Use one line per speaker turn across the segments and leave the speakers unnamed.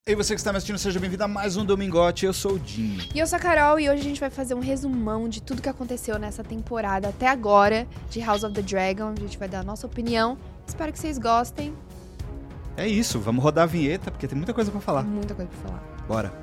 E você que está me assistindo, seja bem-vindo a mais um Domingote. Eu sou o Dinho.
E eu sou a Carol e hoje a gente vai fazer um resumão de tudo que aconteceu nessa temporada até agora de House of the Dragon. A gente vai dar a nossa opinião. Espero que vocês gostem.
É isso, vamos rodar a vinheta porque tem muita coisa pra falar.
Tem muita coisa pra falar.
Bora.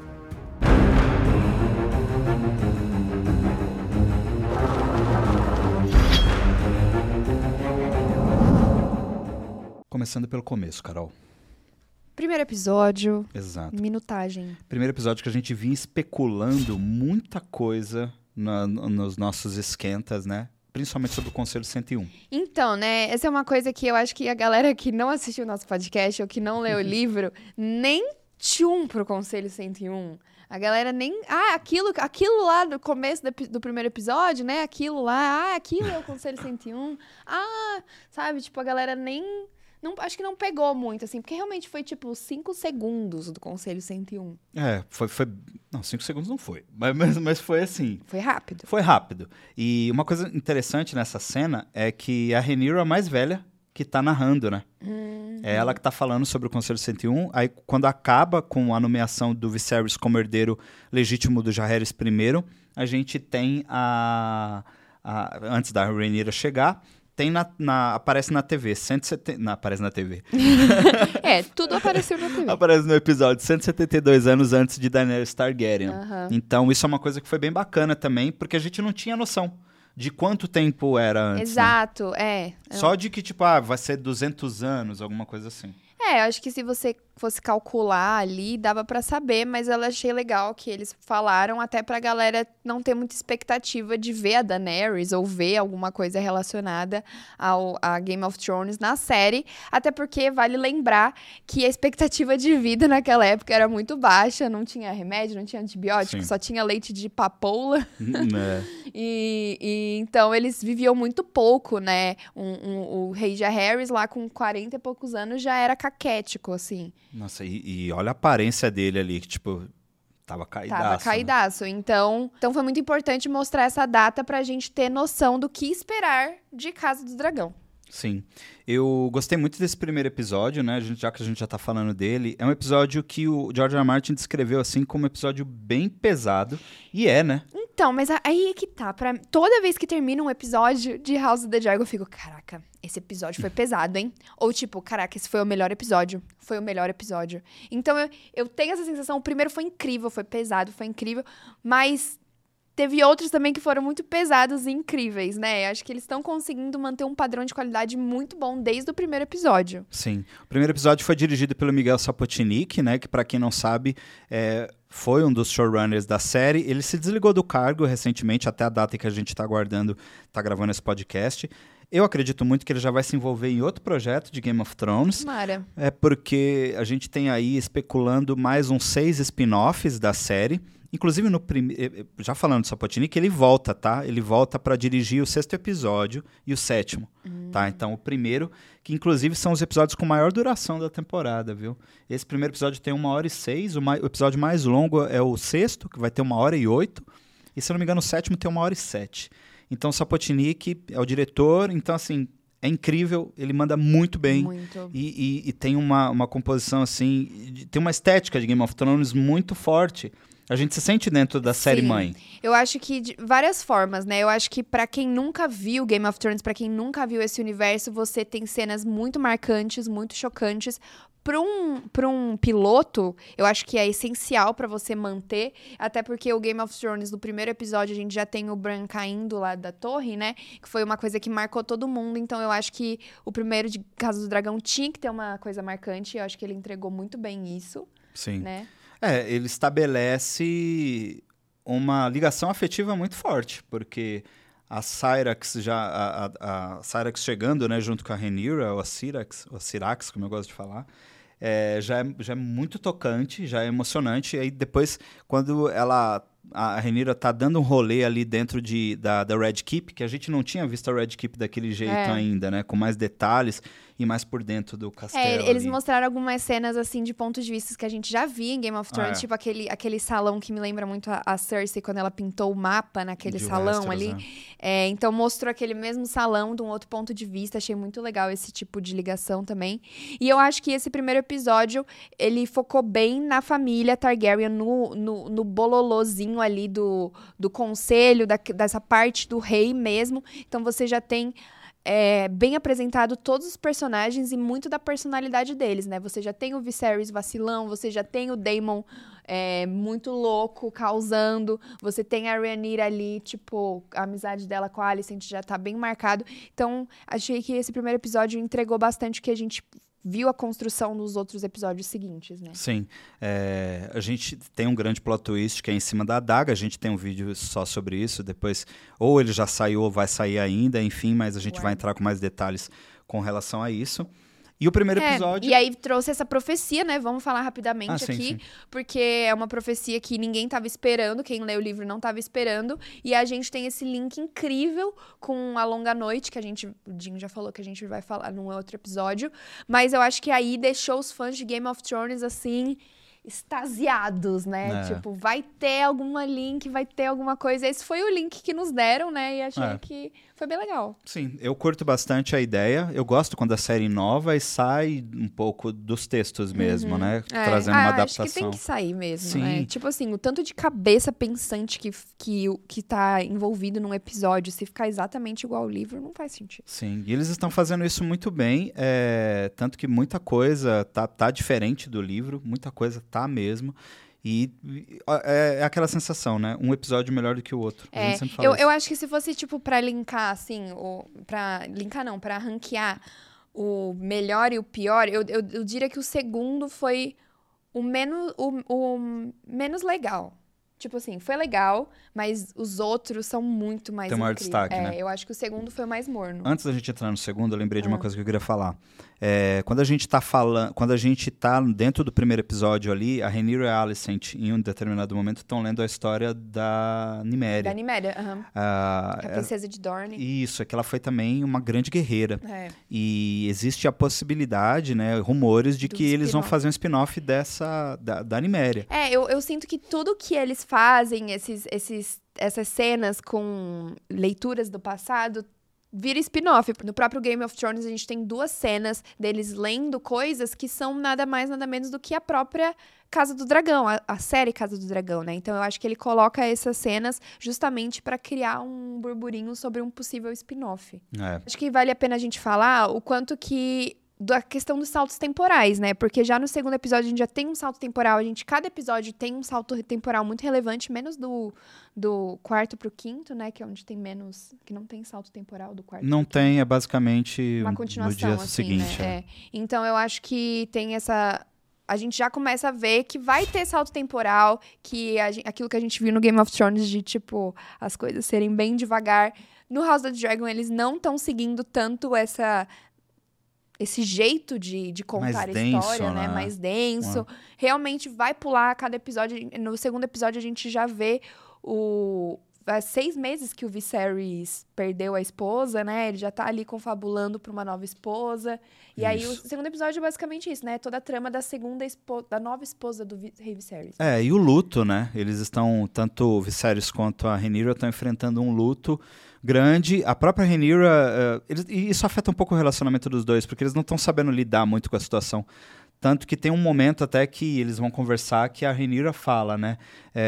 Começando pelo começo, Carol.
Primeiro episódio.
Exato.
Minutagem.
Primeiro episódio que a gente vinha especulando muita coisa nos nossos esquentas, né? Principalmente sobre o Conselho 101.
Então, né, essa é uma coisa que eu acho que a galera que não assistiu o nosso podcast ou que não leu o livro, nem tchum pro Conselho 101. A galera nem... aquilo lá do começo do primeiro episódio, né? Aquilo lá, aquilo é o Conselho 101. Sabe? Tipo, a galera nem... acho que não pegou muito, assim, porque realmente foi, 5 segundos do Conselho 101.
Foi... Não, 5 segundos não foi, mas foi assim.
Foi rápido.
Foi rápido. E uma coisa interessante nessa cena é que a Rhaenyra é a mais velha que tá narrando, né? É ela que tá falando sobre o Conselho 101. Aí, quando acaba com a nomeação do Viserys como herdeiro legítimo do Jaehaerys I, a gente tem antes da Rhaenyra chegar... aparece na TV, 170... Não, aparece na TV.
Tudo apareceu na TV.
Aparece no episódio 172 anos antes de Daenerys Targaryen.
Uhum.
Então, isso é uma coisa que foi bem bacana também, porque a gente não tinha noção de quanto tempo era antes.
Exato,
né? Só de que, vai ser 200 anos, alguma coisa assim.
Acho que se você fosse calcular ali, dava pra saber, mas eu achei legal que eles falaram até pra galera não ter muita expectativa de ver a Daenerys ou ver alguma coisa relacionada a Game of Thrones na série, até porque vale lembrar que a expectativa de vida naquela época era muito baixa, não tinha remédio, não tinha antibiótico,
Sim.
só tinha leite de papoula.
E
então eles viviam muito pouco, né? O rei Jaehaerys lá com 40 e poucos anos já era caquético, assim.
Nossa, e olha a aparência dele ali, que, tava caidaço.
Tava caidaço. Né? Então foi muito importante mostrar essa data pra gente ter noção do que esperar de Casa do Dragão.
Sim. Eu gostei muito desse primeiro episódio, né? Já que a gente já tá falando dele. É um episódio que o George R. R. Martin descreveu assim como um episódio bem pesado. E né?
Então, mas aí é que tá. Toda vez que termina um episódio de House of the Dragon, eu fico, caraca, esse episódio foi pesado, hein? Ou caraca, esse foi o melhor episódio. Foi o melhor episódio. Então, eu tenho essa sensação. O primeiro foi incrível, foi pesado, foi incrível. Mas... teve outros também que foram muito pesados e incríveis, né? Acho que eles estão conseguindo manter um padrão de qualidade muito bom desde o primeiro episódio.
Sim. O primeiro episódio foi dirigido pelo Miguel Sapochnik, né? Que, pra quem não sabe, foi um dos showrunners da série. Ele se desligou do cargo recentemente, até a data que a gente tá gravando esse podcast. Eu acredito muito que ele já vai se envolver em outro projeto de Game of Thrones.
Tomara.
Porque a gente tem aí especulando mais uns 6 spin-offs da série. Inclusive, já falando do Sapochnik, ele volta, tá? Ele volta para dirigir o 6º episódio e o 7º, tá? Então, o primeiro, que inclusive são os episódios com maior duração da temporada, viu? Esse primeiro episódio tem 1h06, o episódio mais longo é o 6º, que vai ter 1h08, e se eu não me engano, o 7º tem 1h07. Então, o Sapochnik é o diretor, então, assim... é incrível, ele manda muito bem.
Muito.
E tem uma composição, assim... tem uma estética de Game of Thrones muito forte. A gente se sente dentro da série mãe.
Eu acho que de várias formas, né? Eu acho que pra quem nunca viu Game of Thrones, pra quem nunca viu esse universo, você tem cenas muito marcantes, muito chocantes. Pra um piloto, eu acho que é essencial pra você manter, até porque o Game of Thrones, no primeiro episódio, a gente já tem o Bran caindo lá da torre, né? Que foi uma coisa que marcou todo mundo, então eu acho que o primeiro de Casa do Dragão tinha que ter uma coisa marcante, eu acho que ele entregou muito bem isso.
Sim.
Né?
Ele estabelece uma ligação afetiva muito forte, porque a Syrax a Syrax chegando, né, junto com a Rhaenyra, ou a Syrax, como eu gosto de falar, já é muito tocante, já é emocionante. E aí depois, quando a Rhaenyra tá dando um rolê ali dentro da Red Keep, que a gente não tinha visto a Red Keep daquele jeito ainda, né? Com mais detalhes. ir mais por dentro do castelo.
Eles
ali.
mostraram algumas cenas, assim, de pontos de vista que a gente já via em Game of Thrones.
É.
Tipo aquele salão que me lembra muito a Cersei, quando ela pintou o mapa naquele
De
salão
Westeros,
ali. Então, mostrou aquele mesmo salão de um outro ponto de vista. Achei muito legal esse tipo de ligação também. E eu acho que esse primeiro episódio, ele focou bem na família Targaryen, no bololozinho ali do conselho, dessa parte do rei mesmo. Então, você já tem bem apresentado todos os personagens e muito da personalidade deles, né? Você já tem o Viserys vacilão, você já tem o Daemon muito louco, causando. Você tem a Rhaenyra ali, tipo, a amizade dela com a Alicent já tá bem marcado. Então, achei que esse primeiro episódio entregou bastante o que a gente viu a construção nos outros episódios seguintes, né?
Sim. A gente tem um grande plot twist que é em cima da adaga. A gente tem um vídeo só sobre isso. Depois, ou ele já saiu ou vai sair ainda, enfim, mas a gente vai entrar com mais detalhes com relação a isso. E o primeiro episódio...
E aí trouxe essa profecia, né? Vamos falar rapidamente
sim,
aqui.
sim.
Porque é uma profecia que ninguém tava esperando. Quem lê o livro não tava esperando. E a gente tem esse link incrível com A Longa Noite, que o Dinho já falou que a gente vai falar num outro episódio. Mas eu acho que aí deixou os fãs de Game of Thrones, assim, extasiados, né? Tipo, vai ter alguma link, vai ter alguma coisa. Esse foi o link que nos deram, né? E achei que foi bem legal.
Sim, eu curto bastante a ideia. Eu gosto quando a série inova e sai um pouco dos textos mesmo, né? Trazendo uma adaptação.
Acho que tem que sair mesmo,
Sim.
né? Tipo assim, o tanto de cabeça pensante que tá envolvido num episódio, se ficar exatamente igual ao livro, não faz sentido.
Sim, e eles estão fazendo isso muito bem, tanto que muita coisa tá diferente do livro, muita coisa tá mesmo. E é aquela sensação, né? Um episódio melhor do que o outro. A gente sempre fala isso.
Eu acho que se fosse, tipo, pra linkar, assim, pra ranquear o melhor e o pior, eu diria que o segundo foi o menos legal. Tipo assim, foi legal, mas os outros são muito mais
Tem maior
incríveis.
destaque, né?
Eu acho que o segundo foi o mais morno.
Antes da gente entrar no segundo, eu lembrei de uma coisa que eu queria falar. Quando a gente tá dentro do primeiro episódio ali, a Rhaenyra e a Alicent, em um determinado momento, estão lendo a história da Nymeria.
Da Nymeria, a princesa de Dorne.
Isso, é que ela foi também uma grande guerreira. E existe a possibilidade, né, rumores de que eles vão fazer um spin-off da Nymeria.
Eu sinto que tudo que eles fazem, essas cenas com leituras do passado, vira spin-off. No próprio Game of Thrones, a gente tem 2 cenas deles lendo coisas que são nada mais, nada menos do que a própria Casa do Dragão, a série Casa do Dragão, né? Então, eu acho que ele coloca essas cenas justamente para criar um burburinho sobre um possível spin-off. Acho que vale a pena a gente falar o quanto que... da questão dos saltos temporais, né? Porque já no segundo episódio a gente já tem um salto temporal. Cada episódio tem um salto temporal muito relevante, menos do quarto pro quinto, né? Que é onde tem menos... Que não tem salto temporal do quarto.
Não tem, é basicamente
uma continuação,
no dia
assim,
seguinte.
né? Então eu acho que tem essa... A gente já começa a ver que vai ter salto temporal, que aquilo que a gente viu no Game of Thrones de, tipo, as coisas serem bem devagar. No House of the Dragon, eles não estão seguindo tanto esse jeito de contar
mais
a
denso,
história, né? Mais denso. Realmente vai pular cada episódio. No segundo episódio, a gente já vê há 6 meses que o Viserys perdeu a esposa, né? Ele já tá ali confabulando pra uma nova esposa. E aí, o segundo episódio é basicamente isso, né? Toda a trama da nova esposa do rei Viserys.
E o luto, né? Eles estão, tanto o Viserys quanto a Rhaenyra estão enfrentando um luto grande. A própria Rhaenyra... e isso afeta um pouco o relacionamento dos dois, porque eles não estão sabendo lidar muito com a situação. Tanto que tem um momento até que eles vão conversar que a Rhaenyra fala, né?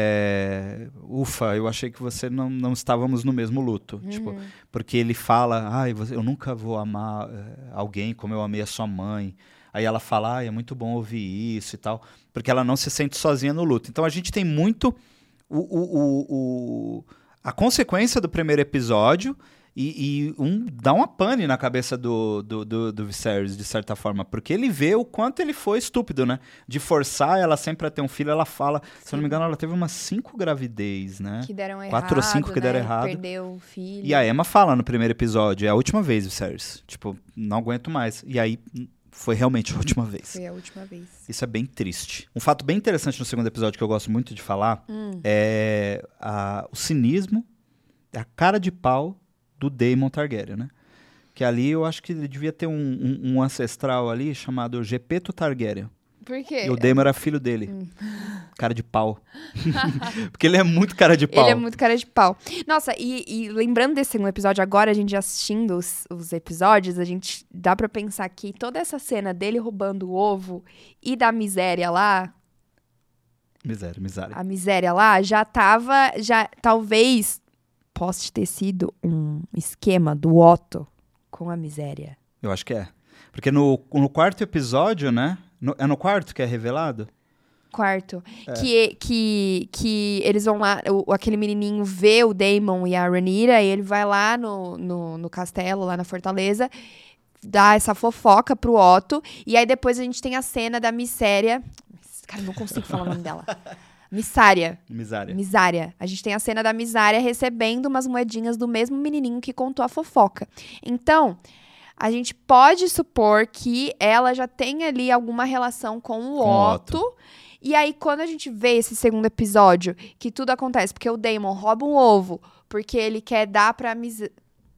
Ufa, eu achei que você não estávamos no mesmo luto. Tipo, porque ele fala, eu nunca vou amar alguém como eu amei a sua mãe. Aí ela fala, é muito bom ouvir isso e tal. Porque ela não se sente sozinha no luto. Então a gente tem muito a consequência do primeiro episódio e dá uma pane na cabeça do Viserys, de certa forma, porque ele vê o quanto ele foi estúpido, né? De forçar ela sempre a ter um filho, ela fala, se eu não me engano, ela teve umas 5 gravidez, né?
Que deram
4 ou 5 que deram
né?
errado.
Perdeu o filho.
E a Aemma fala no primeiro episódio, é a última vez, Viserys. Tipo, não aguento mais. E aí... foi realmente a última vez.
Foi a última vez.
Isso é bem triste. Um fato bem interessante no segundo episódio que eu gosto muito de falar é o cinismo, a cara de pau do Daemon Targaryen, né? Que ali eu acho que ele devia ter um ancestral ali chamado Gepeto Targaryen.
Por quê?
E o Daemon era filho dele. Cara de pau. Porque ele é muito cara de pau.
Ele é muito cara de pau. Nossa, e lembrando desse segundo episódio, agora a gente assistindo os episódios, a gente dá pra pensar que toda essa cena dele roubando o ovo e da miséria lá...
Miséria.
A miséria lá já talvez possa ter sido um esquema do Otto com a miséria.
Eu acho que é. Porque no quarto episódio, né? É no quarto que é revelado?
Quarto. Que eles vão lá, aquele menininho vê o Daemon e a Rhaenyra, e ele vai lá no castelo, lá na fortaleza, dá essa fofoca pro Otto, e aí depois a gente tem a cena da Misséria. Cara, não consigo falar o nome dela. Misária. A gente tem a cena da Misária recebendo umas moedinhas do mesmo menininho que contou a fofoca. Então, a gente pode supor que ela já tem ali alguma relação com o Otto. E aí, quando a gente vê esse segundo episódio, que tudo acontece porque o Daemon rouba um ovo, porque ele quer dar pra Misária.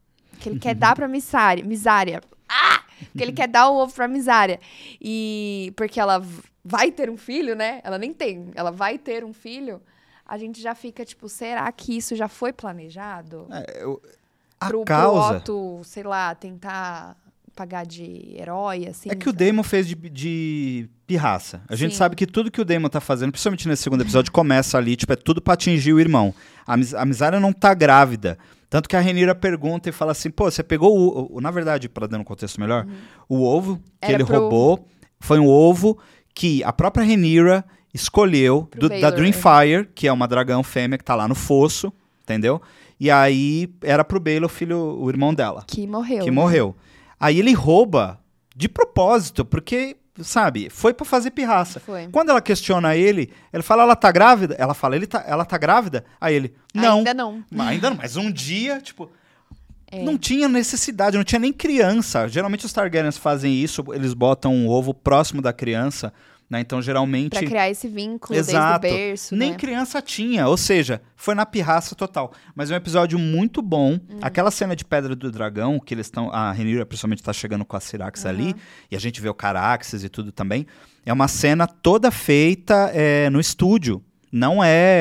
Porque ele quer dar o ovo pra Misária. E porque ela vai ter um filho, né? Ela nem tem. Ela vai ter um filho. A gente já fica, tipo, será que isso já foi planejado? Pro Otto, sei lá, tentar pagar de herói, assim.
É que o Daemon fez de pirraça. A gente sabe que tudo que o Daemon tá fazendo, principalmente nesse segundo episódio, começa ali, tipo, é tudo pra atingir o irmão. A Misária não tá grávida. Tanto que a Rhaenyra pergunta e fala assim, pô, você pegou na verdade, pra dar um contexto melhor, o ovo que ele roubou foi um ovo que a própria Rhaenyra escolheu da Dreamfire, que é uma dragão fêmea que tá lá no fosso, entendeu? E aí era pro Baelor, o irmão dela.
Que morreu.
Que morreu. Aí ele rouba de propósito, porque, sabe, foi pra fazer pirraça.
Foi.
Quando ela questiona ele fala, ela tá grávida? Ela fala, ela tá grávida? Aí ele, não.
Ainda não,
mas um dia, tipo... Não tinha necessidade, não tinha nem criança. Geralmente os Targaryens fazem isso, eles botam um ovo próximo da criança, né? Então, geralmente...
Pra criar esse vínculo
desde
o berço,
nem
né?
criança tinha, ou seja, foi na pirraça total. Mas é um episódio muito bom. Aquela cena de Pedra do Dragão, que eles estão... A Rhaenyra, principalmente, tá chegando com a Syrax ali, e a gente vê o Caraxes e tudo também. É uma cena toda feita no estúdio. Não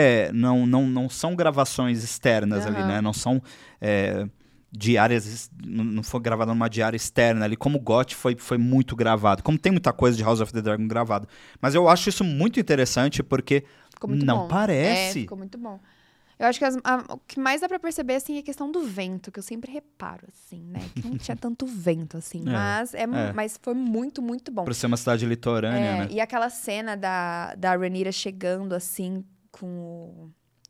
são gravações externas ali, né? Não são... diárias, não foi gravado numa diária externa ali, como o GOT foi muito gravado, como tem muita coisa de House of the Dragon gravado. Mas eu acho isso muito interessante, porque não parece.
Ficou muito bom. Eu acho que o que mais dá pra perceber, assim, é a questão do vento, que eu sempre reparo, assim, né? Que não tinha tanto vento, assim, mas foi muito, muito bom.
Por ser uma cidade litorânea, né?
E aquela cena da Rhaenyra chegando, assim, com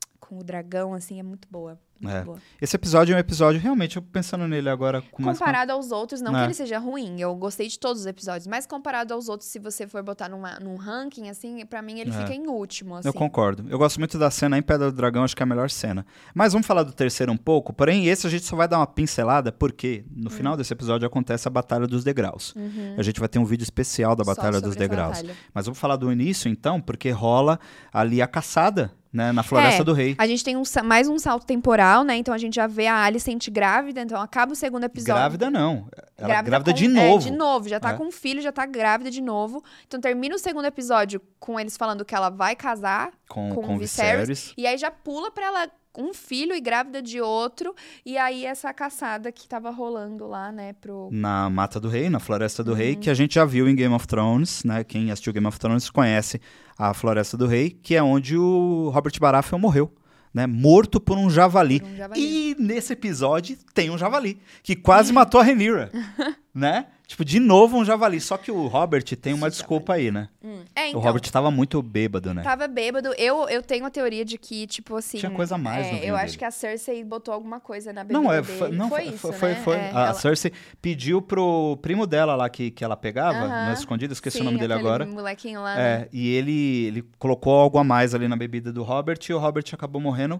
o dragão, assim, é muito boa. Boa.
Esse episódio é um episódio, realmente, eu pensando nele agora...
Comparado aos outros, não que ele seja ruim, eu gostei de todos os episódios, mas comparado aos outros, se você for botar num ranking, assim, pra mim ele fica em último, assim.
Eu concordo. Eu gosto muito da cena em Pedra do Dragão, acho que é a melhor cena. Mas vamos falar do terceiro um pouco, porém esse a gente só vai dar uma pincelada, porque no final desse episódio acontece a Batalha dos Degraus. A gente vai ter um vídeo especial da Batalha dos Degraus. Mas vamos falar do início, então, porque rola ali a caçada, né, na Floresta do Rei.
A gente tem mais um salto temporal, né? Então a gente já vê a Alicent grávida, então acaba o segundo episódio.
Grávida não. Ela grávida de novo.
De novo, já tá com um filho, já tá grávida de novo. Então termina o segundo episódio com eles falando que ela vai casar com o Viserys. E aí já pula pra ela um filho e grávida de outro. E aí essa caçada que tava rolando lá, né,
na Mata do Rei, na Floresta do Rei, que a gente já viu em Game of Thrones, né? Quem assistiu Game of Thrones conhece a Floresta do Rei, que é onde o Robert Baratheon morreu, né? Morto por um javali. E nesse episódio tem um javali, que quase matou a Rhaenyra, né? Tipo, de novo um javali. Só que o Robert tem uma desculpa aí, né?
Então,
o Robert tava muito bêbado, né?
Tava bêbado. Eu tenho a teoria de que, tipo assim...
Tinha coisa a mais no vinho
eu
dele.
acho que a Cersei botou alguma coisa na bebida dele. Foi isso, né?
Foi. A Cersei pediu pro primo dela lá que ela pegava, nas escondidas, esqueci o nome dele agora.
Molequinho lá, né?
E ele colocou algo a mais ali na bebida do Robert, e o Robert acabou morrendo,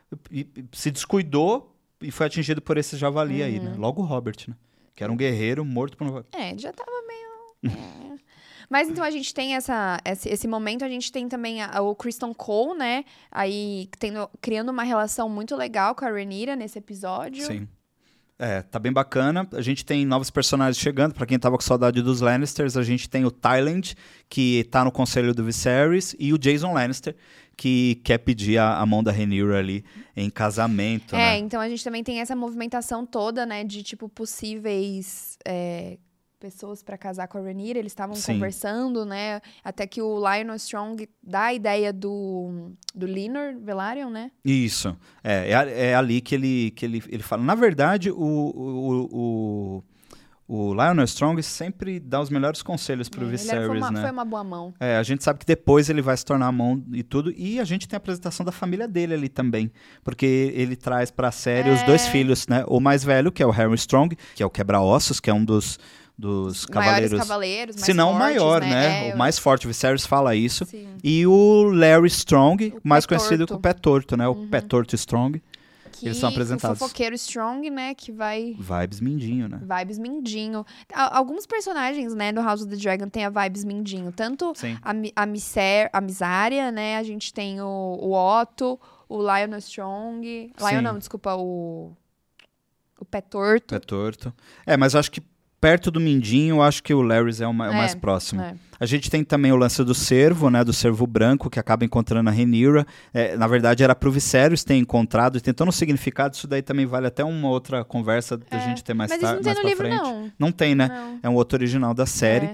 e se descuidou e foi atingido por esse javali aí, né? Logo o Robert, né? Que era um guerreiro morto por um...
já tava meio... Mas então a gente tem esse momento, a gente tem também o Criston Cole, né? Aí criando uma relação muito legal com a Rhaenyra nesse episódio.
Sim. Tá bem bacana. A gente tem novos personagens chegando. Pra quem tava com saudade dos Lannisters, a gente tem o Tywin, que tá no conselho do Viserys, e o Jason Lannister, que quer pedir a mão da Rhaenyra ali em casamento, né?
Então a gente também tem essa movimentação toda, né, de, tipo, possíveis pessoas pra casar com a Rhaenyra. Eles estavam conversando, né, até que o Lionel Strong dá a ideia do Laenor Velaryon, né?
Isso. É ali que ele fala. Na verdade, o Lionel Strong sempre dá os melhores conselhos pro Viserys, né?
Foi uma boa mão.
A gente sabe que depois ele vai se tornar a mão e tudo. E a gente tem a apresentação da família dele ali também. Porque ele traz pra série os 2 filhos, né? O mais velho, que é o Harry Strong, que é o quebra-ossos, que é um dos
maiores cavaleiros, mais
se não o maior, né? O mais forte, o Viserys fala isso. Sim. E o Larry Strong, mais conhecido como Pé Torto, né? O Pé Torto Strong. Que eles são apresentados.
O fofoqueiro Strong, né? Que vai...
Vibes Mindinho, né?
Vibes Mindinho. Alguns personagens, né, do House of the Dragon tem a Vibes Mindinho. Tanto a Misária, né? A gente tem o Otto, o Lionel Strong... Lion não, desculpa, o Pé Torto.
Pé Torto. Mas eu acho que perto do Mindinho, eu acho que o Larrys é o mais próximo. A gente tem também o lance do cervo, né? Do cervo branco, que acaba encontrando a Rhaenyra. Na verdade, era pro Viserys ter encontrado. Tentando um significado, isso daí também vale até uma outra conversa da gente ter mais tarde.
Mas isso não tem no livro, não.
Não tem, né? Não. É um outro original da série.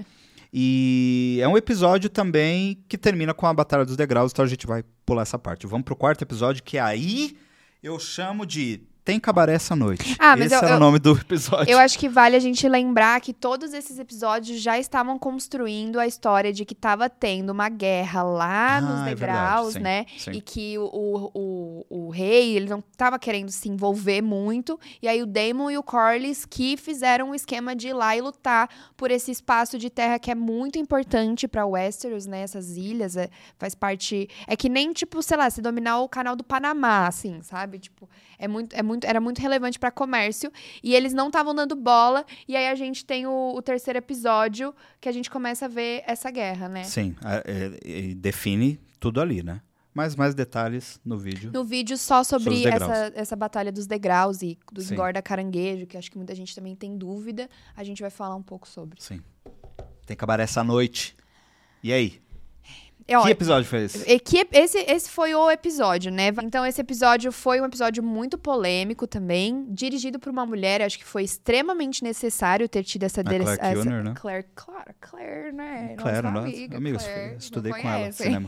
E é um episódio também que termina com a Batalha dos Degraus, então a gente vai pular essa parte. Vamos pro 4º episódio, que aí eu chamo de... Tem cabaré essa noite. Esse era o nome do episódio.
Eu acho que vale a gente lembrar que todos esses episódios já estavam construindo a história de que estava tendo uma guerra lá nos degraus, né? Sim. E que o rei, ele não estava querendo se envolver muito. E aí o Daemon e o Corlys que fizeram um esquema de ir lá e lutar por esse espaço de terra que é muito importante para Westeros, né? Essas ilhas, faz parte... É que nem, tipo, sei lá, se dominar o canal do Panamá, assim, sabe? Tipo, era muito relevante para comércio, e eles não estavam dando bola, e aí a gente tem o 3º episódio, que a gente começa a ver essa guerra, né?
Sim, define tudo ali, né? Mas mais detalhes no vídeo.
No vídeo só sobre essa batalha dos degraus e do engorda caranguejo, que acho que muita gente também tem dúvida, a gente vai falar um pouco sobre.
Sim. Tem que acabar essa noite. E aí? Que episódio foi esse?
Esse foi o episódio, né? Então, esse episódio foi um episódio muito polêmico também, dirigido por uma mulher. Acho que foi extremamente necessário ter tido essa...
Claire Kilner, né?
Claire, né?
Claire, nossa amiga, estudei com ela no cinema.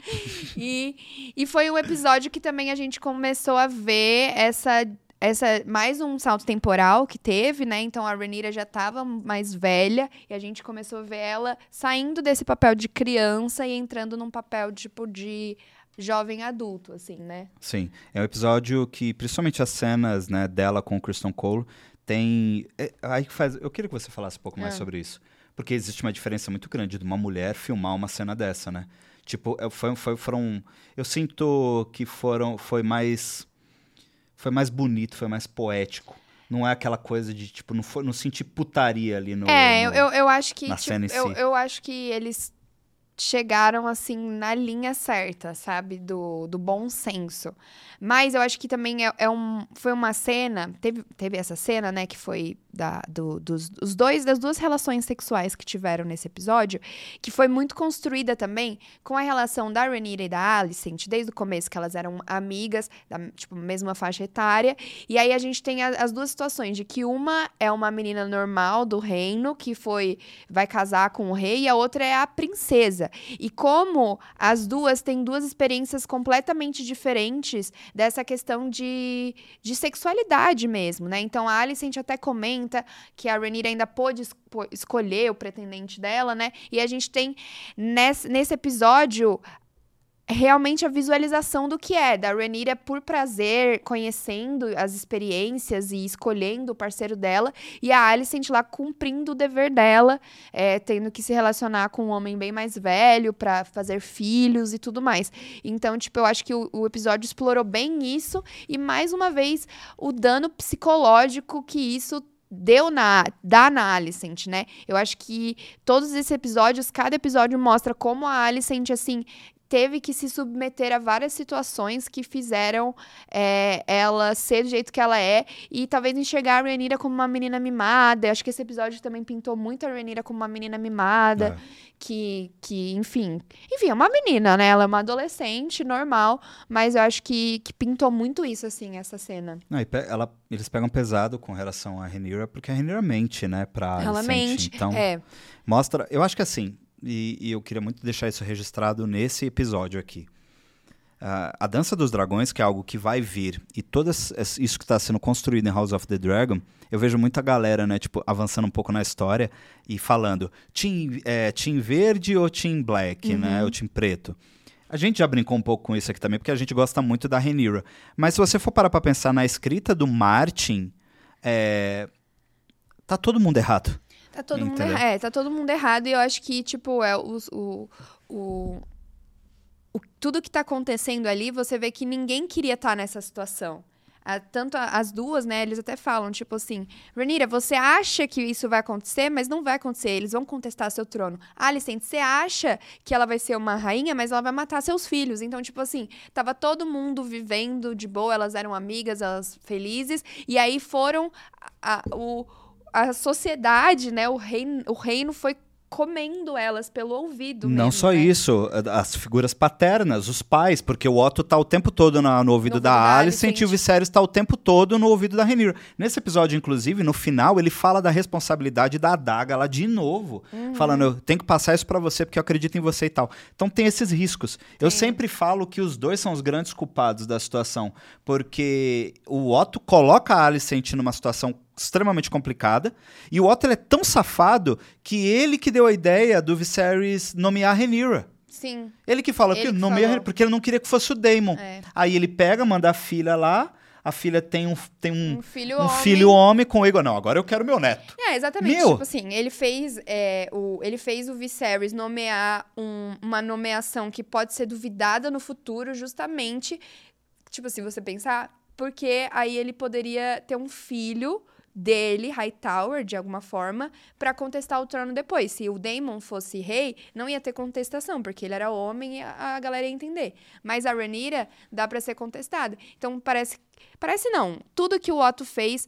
E foi um episódio que também a gente começou a ver essa mais um salto temporal que teve, né? Então a Rhaenyra já estava mais velha e a gente começou a ver ela saindo desse papel de criança e entrando num papel tipo de jovem adulto, assim, né?
Sim, é um episódio que, principalmente as cenas, né, dela com o Criston Cole, tem... Eu queria que você falasse um pouco mais sobre isso, porque existe uma diferença muito grande de uma mulher filmar uma cena dessa, né? Tipo, eu sinto que foi mais bonito, foi mais poético. Não é aquela coisa de, tipo, não senti putaria ali no...
eu acho que...
Na cena em si.
Eu acho que eles chegaram, assim, na linha certa, sabe? Do bom senso. Mas eu acho que também foi uma cena... Teve essa cena, né? Que foi das duas relações sexuais que tiveram nesse episódio, que foi muito construída também com a relação da Rhaenyra e da Alicent, desde o começo, que elas eram amigas, tipo, mesma faixa etária. E aí a gente tem as duas situações, de que uma é uma menina normal do reino, que vai casar com o rei, e a outra é a princesa. E como as duas têm duas experiências completamente diferentes dessa questão de sexualidade mesmo, né? Então, a Alicent até comenta que a Rhaenyra ainda pôde escolher o pretendente dela, né? E a gente tem, nesse episódio, realmente a visualização do que é, da Rhaenyra por prazer, conhecendo as experiências e escolhendo o parceiro dela, e a Alicent lá cumprindo o dever dela, tendo que se relacionar com um homem bem mais velho pra fazer filhos e tudo mais. Então, tipo, eu acho que o episódio explorou bem isso, e mais uma vez, o dano psicológico que isso dá na Alicent, né? Eu acho que todos esses episódios, cada episódio mostra como a Alicent, assim, teve que se submeter a várias situações que fizeram ela ser do jeito que ela é e talvez enxergar a Rhaenyra como uma menina mimada. Eu acho que esse episódio também pintou muito a Rhaenyra como uma menina mimada, que enfim, é uma menina, né? Ela é uma adolescente normal, mas eu acho que pintou muito isso, assim, essa cena.
Não, eles pegam pesado com relação a Rhaenyra, porque a Rhaenyra mente, né, pra
Ela mente,
então, mostra, eu acho que assim, e eu queria muito deixar isso registrado nesse episódio aqui. A Dança dos Dragões, que é algo que vai vir, e todo isso que está sendo construído em House of the Dragon, eu vejo muita galera, né, tipo, avançando um pouco na história e falando team verde ou team black, né, ou team preto. A gente já brincou um pouco com isso aqui também, porque a gente gosta muito da Rhaenyra. Mas se você for parar pra pensar na escrita do Martin, tá todo mundo errado.
Tá todo mundo errado e eu acho que, tipo, tudo que tá acontecendo ali, você vê que ninguém queria estar nessa situação. Tanto as duas, né, eles até falam, tipo assim, Rhaenyra, você acha que isso vai acontecer, mas não vai acontecer, eles vão contestar seu trono. Alicent, você acha que ela vai ser uma rainha, mas ela vai matar seus filhos. Então, tipo assim, tava todo mundo vivendo de boa, elas eram amigas, elas felizes, e aí foram a sociedade, né, o reino foi comendo elas pelo ouvido mesmo,
não só
né?
isso, as figuras paternas, os pais, porque o Otto tá o tempo todo no ouvido da Alicent e o Viserys tá o tempo todo no ouvido da Rhaenyra. Nesse episódio, inclusive, no final, ele fala da responsabilidade da adaga lá de novo, falando, eu tenho que passar isso pra você porque eu acredito em você e tal. Então tem esses riscos. Eu sempre falo que os dois são os grandes culpados da situação, porque o Otto coloca a Alicent numa situação extremamente complicada, e o Otto é tão safado que ele que deu a ideia do Viserys nomear a Rhaenyra.
Sim.
Ele que fala que nomeia, porque ele não queria que fosse o Daemon. Aí ele pega, manda a filha lá, a filha tem um filho homem com o Aegon. Não, agora eu quero meu neto.
Exatamente. Tipo assim, ele fez o Viserys nomear uma nomeação que pode ser duvidada no futuro, justamente, tipo, se você pensar, porque aí ele poderia ter um filho dele, Hightower, de alguma forma, pra contestar o trono depois. Se o Daemon fosse rei, não ia ter contestação, porque ele era homem e a galera ia entender. Mas a Rhaenyra dá pra ser contestada. Então, parece não. Tudo que o Otto fez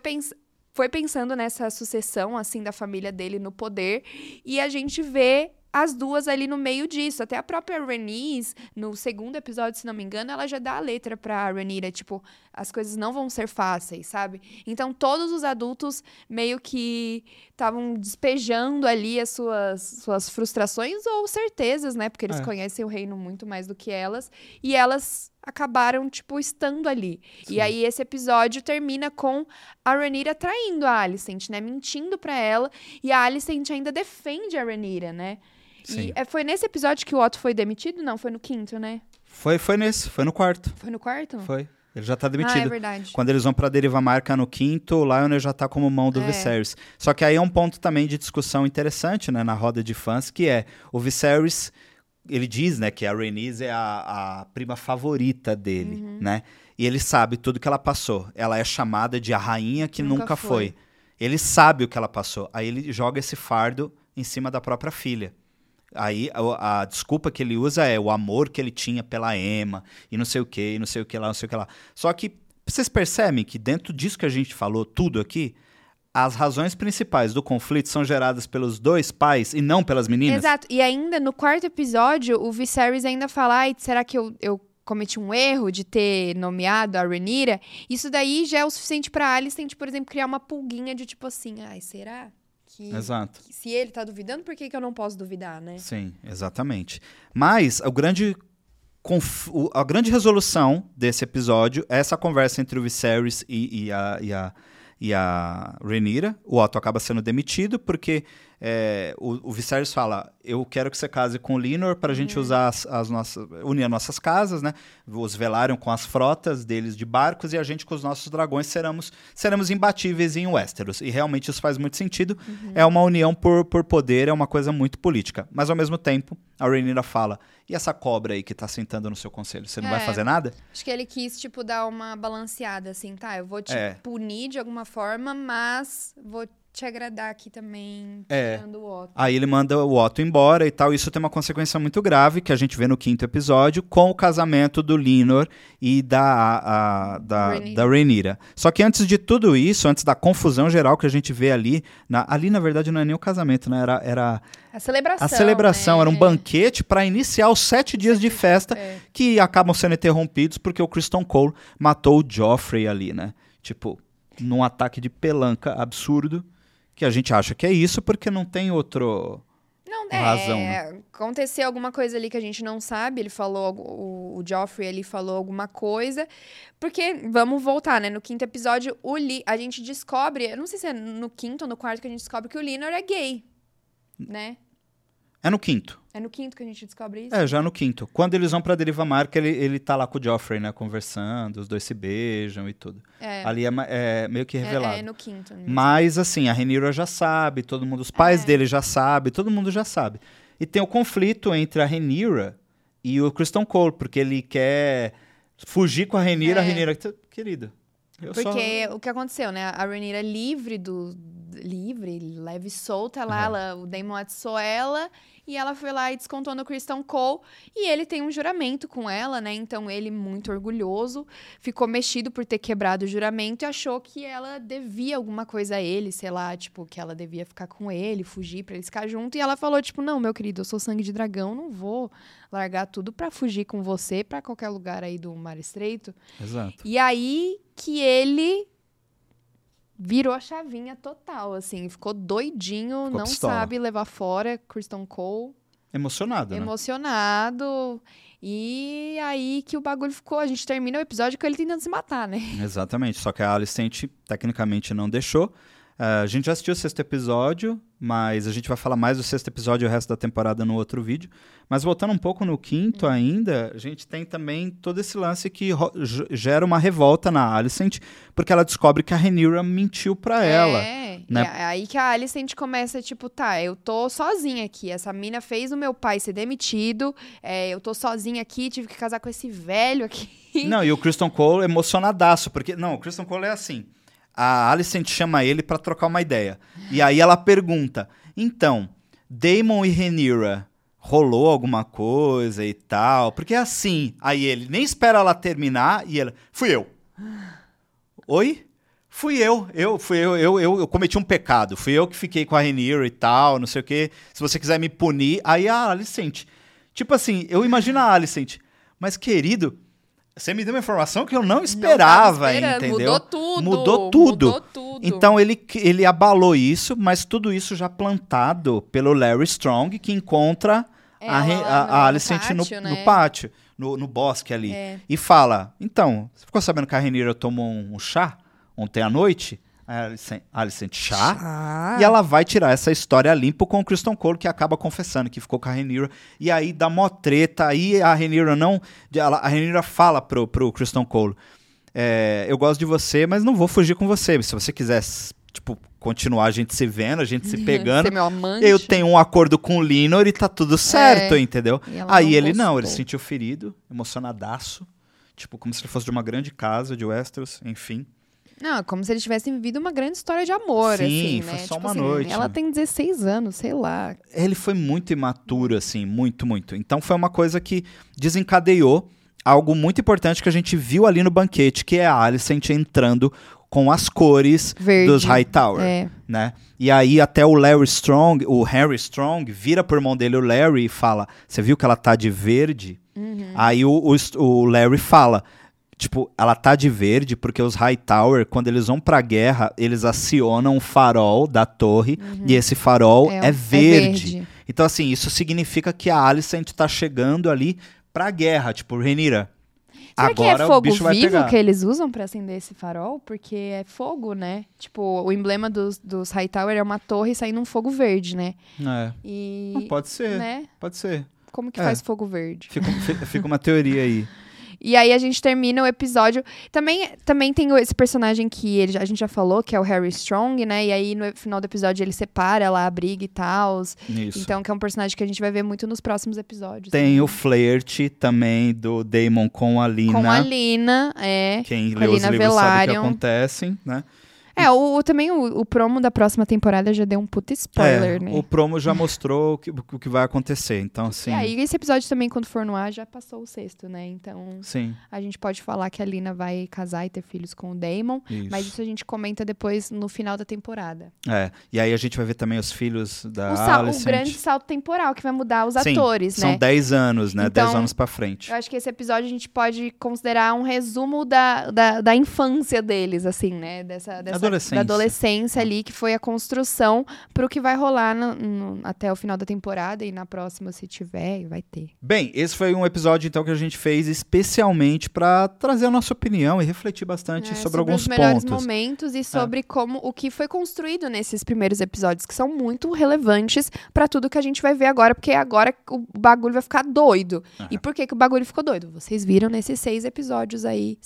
foi pensando nessa sucessão, assim, da família dele no poder, e a gente vê as duas ali no meio disso. Até a própria Rhaenys, no segundo episódio, se não me engano, ela já dá a letra pra Rhaenyra, tipo, as coisas não vão ser fáceis, sabe? Então, todos os adultos meio que estavam despejando ali as suas frustrações ou certezas, né? Porque eles conhecem o reino muito mais do que elas. E elas acabaram, tipo, estando ali. Sim. E aí, esse episódio termina com a Rhaenyra traindo a Alicent, né? Mentindo pra ela. E a Alicent ainda defende a Rhaenyra, né? Sim. E foi nesse episódio que o Otto foi demitido? Não, foi no quinto, né?
Foi no quarto.
Foi no quarto?
Foi. Ele já tá demitido.
É verdade.
Quando eles vão pra Deriva Marca no quinto, o Lionel já tá como mão do Viserys. Só que aí é um ponto também de discussão interessante, né, na roda de fãs, que é o Viserys, ele diz, né, que a Rhaenys é a prima favorita dele, né? E ele sabe tudo que ela passou. Ela é chamada de a rainha que nunca foi. Ele sabe o que ela passou. Aí ele joga esse fardo em cima da própria filha. Aí a desculpa que ele usa é o amor que ele tinha pela Aemma e não sei o que, não sei o que lá, não sei o que lá. Só que vocês percebem que dentro disso que a gente falou, tudo aqui, as razões principais do conflito são geradas pelos dois pais e não pelas meninas?
Exato. E ainda no quarto episódio, o Viserys ainda fala, ai, será que eu cometi um erro de ter nomeado a Rhaenyra? Isso daí já é o suficiente pra Alicent, por exemplo, criar uma pulguinha de tipo assim, ai, será?
Exato.
Se ele tá duvidando, por que eu não posso duvidar, né?
Sim, exatamente. Mas a grande resolução desse episódio é essa conversa entre o Viserys e a Rhaenyra. O Otto acaba sendo demitido porque o Viserys fala, eu quero que você case com o Lynor pra gente usar unir as nossas casas, né? Os Velaryon com as frotas deles de barcos e a gente com os nossos dragões seremos imbatíveis em Westeros. E realmente isso faz muito sentido. É uma união por poder, é uma coisa muito política. Mas ao mesmo tempo, a Rhaenyra fala, e essa cobra aí que tá sentando no seu conselho, você não vai fazer nada?
Acho que ele quis, tipo, dar uma balanceada, assim, tá? Eu vou te punir de alguma forma, mas vou te agradar aqui também, tirando o Otto.
Aí ele manda o Otto embora e tal. Isso tem uma consequência muito grave, que a gente vê no 5º episódio, com o casamento do Linor e da Rhaenyra. Só que antes de tudo isso, antes da confusão geral que a gente vê ali, ali na verdade não é nem o casamento, né? Era
a celebração.
A celebração,
né?
Era um banquete para iniciar os 7 dias de festa, que acabam sendo interrompidos porque o Criston Cole matou o Joffrey ali, né? Tipo, num ataque de pelanca absurdo. Que a gente acha que é isso, porque não tem outro razão. Né?
Aconteceu alguma coisa ali que a gente não sabe. Ele falou, o Joffrey ali falou alguma coisa. Porque, vamos voltar, né? No 5º episódio, a gente descobre, eu não sei se é no 5º ou no 4º que a gente descobre que o Linor é gay, né?
É no 5º.
É no 5º que a gente descobre isso?
Já no 5º. Quando eles vão pra Deriva Marca, ele tá lá com o Joffrey, né? Conversando, os dois se beijam e tudo. Ali é meio que revelado.
É no 5º. Mesmo.
Mas, assim, a Rhaenyra já sabe, todo mundo, os pais dele já sabem, todo mundo já sabe. E tem o conflito entre a Rhaenyra e o Criston Cole, porque ele quer fugir com a Rhaenyra, a Rhaenyra... Querido,
porque o que aconteceu, né? A Rhaenyra livre, leve e solta lá, o Daemon atiçou ela e ela foi lá e descontou no Criston Cole e ele tem um juramento com ela, né? Então ele, muito orgulhoso, ficou mexido por ter quebrado o juramento e achou que ela devia alguma coisa a ele, sei lá, tipo, que ela devia ficar com ele, fugir pra eles ficar junto. E ela falou, tipo, não, meu querido, eu sou sangue de dragão, não vou largar tudo pra fugir com você pra qualquer lugar aí do Mar Estreito.
Exato.
E aí que ele virou a chavinha total, assim. Ficou doidinho,
ficou
não
pistola.
Sabe levar fora Criston Cole.
Emocionado, né?
Emocionado. E aí que o bagulho ficou... A gente termina o episódio com ele tentando se matar, né?
Exatamente. Só que a Alicent, tecnicamente, não deixou. A gente já assistiu o 6º episódio, mas a gente vai falar mais do 6º episódio e o resto da temporada no outro vídeo. Mas voltando um pouco no 5º ainda, a gente tem também todo esse lance que gera uma revolta na Alicent, porque ela descobre que a Rhaenyra mentiu pra ela. Né?
É aí que a Alicent começa, tipo, tá, eu tô sozinha aqui, essa mina fez o meu pai ser demitido, eu tô sozinha aqui, tive que casar com esse velho aqui.
Não, e o Criston Cole emocionadaço, porque, não, o Criston Cole é assim... A Alicent chama ele pra trocar uma ideia. E aí ela pergunta, então, Daemon e Rhaenyra, rolou alguma coisa e tal? Porque é assim, aí ele nem espera ela terminar e ela, fui eu. Oi? Fui eu cometi um pecado, fui eu que fiquei com a Rhaenyra e tal, não sei o quê. Se você quiser me punir, aí a Alicent. Tipo assim, eu imagino a Alicent, mas querido... Você me deu uma informação que eu não esperava, entendeu? Mudou tudo. Então ele abalou isso, mas tudo isso já plantado pelo Larry Strong, que encontra a Alicent no pátio, no bosque ali. E fala, então, você ficou sabendo que a Rhaenyra tomou um chá ontem à noite? A Alicent, chá? E ela vai tirar essa história limpo com o Criston Cole, que acaba confessando que ficou com a Rhaenyra. E aí dá mó treta, aí a Rhaenyra a Rhaenyra fala pro Criston Cole, eu gosto de você, mas não vou fugir com você. Se você quiser, tipo, continuar a gente se vendo, a gente se pegando,
ser meu amante.
Eu tenho um acordo com o Linor e tá tudo certo, entendeu? Aí ele se sentiu ferido, emocionadaço, tipo, como se ele fosse de uma grande casa de Westeros, enfim.
Não, como se eles tivessem vivido uma grande história de amor,
sim,
assim,
foi
né?
só
tipo
uma
assim,
noite.
Ela tem 16 anos, sei lá.
Ele foi muito imaturo, assim, muito, muito. Então foi uma coisa que desencadeou algo muito importante que a gente viu ali no banquete, que é a Alicent entrando com as cores dos Hightower, né? E aí até o Harry Strong, vira por mão dele o Larry e fala, você viu que ela tá de verde? Aí o Larry fala... Tipo, ela tá de verde porque os Hightower, quando eles vão pra guerra, eles acionam o farol da torre e esse farol é verde. Então, assim, isso significa que a Alicent tá chegando ali pra guerra, tipo, Rhaenyra.
Será
agora
que é fogo
o bicho vai
vivo
pegar.
que eles usam pra acender esse farol? Porque é fogo, né? Tipo, o emblema dos Hightower é uma torre saindo um fogo verde, né?
Pode ser,
né?
Pode ser.
Como que faz fogo verde?
Fica uma teoria aí.
E aí a gente termina o episódio. Também tem esse personagem que a gente já falou, que é o Harry Strong, né? E aí no final do episódio ele separa lá a briga e tal. Então, que é um personagem que a gente vai ver muito nos próximos episódios.
Tem o flerte também do Daemon com a Lina.
Com a Lina,
Quem lê os livros sabe o que acontece, né?
Também o promo da próxima temporada já deu um puta spoiler, né?
O promo já mostrou o que vai acontecer, então assim...
E aí, esse episódio também, quando for no ar, já passou o sexto, né? Então,
sim.
A gente pode falar que a Lina vai casar e ter filhos com o Daemon, mas isso a gente comenta depois no final da temporada.
E aí a gente vai ver também os filhos da Alicent.
O grande salto temporal, que vai mudar os atores, né?
São 10 anos, né?
Então,
10 anos pra frente.
Eu acho que esse episódio a gente pode considerar um resumo da infância deles, assim, né? Da adolescência ali, que foi a construção pro que vai rolar até o final da temporada e na próxima, se tiver, vai ter.
Bem, esse foi um episódio, então, que a gente fez especialmente pra trazer a nossa opinião e refletir bastante sobre alguns pontos.
Sobre os melhores momentos e sobre o que foi construído nesses primeiros episódios, que são muito relevantes pra tudo que a gente vai ver agora, porque agora o bagulho vai ficar doido. E por que o bagulho ficou doido? Vocês viram nesses 5 episódios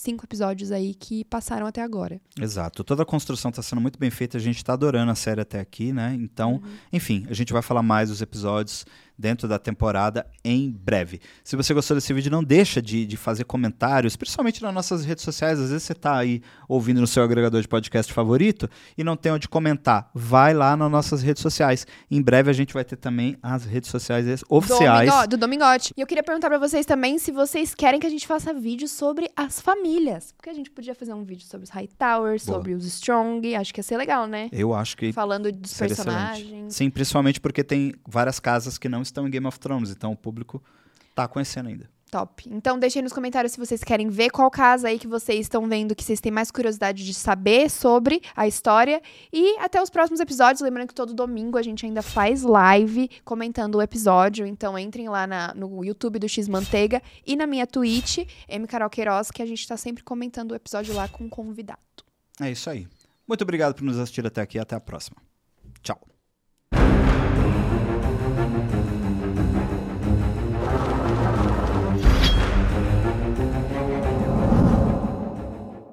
aí que passaram até agora.
Exato. Toda a construção tá sendo muito bem feita, a gente tá adorando a série até aqui, né? Então, enfim, a gente vai falar mais dos episódios dentro da temporada em breve. Se você gostou desse vídeo, não deixa de fazer comentários, principalmente nas nossas redes sociais. Às vezes você tá aí ouvindo no seu agregador de podcast favorito e não tem onde comentar. Vai lá nas nossas redes sociais. Em breve a gente vai ter também as redes sociais oficiais.
Do Domingote. E eu queria perguntar pra vocês também se vocês querem que a gente faça vídeos sobre as famílias. Porque a gente podia fazer um vídeo sobre os Hightowers, sobre os Strong. Acho que ia ser legal, né?
Eu acho que
falando dos personagens.
Excelente. Sim, principalmente porque tem várias casas que não estão em Game of Thrones, então o público tá conhecendo ainda.
Top. Então deixem nos comentários se vocês querem ver qual casa aí que vocês estão vendo, que vocês têm mais curiosidade de saber sobre a história. E até os próximos episódios. Lembrando que todo domingo a gente ainda faz live comentando o episódio. Então entrem lá no YouTube do X Manteiga e na minha Twitch, M. Carol Queiroz, que a gente tá sempre comentando o episódio lá com um convidado.
É isso aí. Muito obrigado por nos assistir até aqui. Até a próxima. Tchau.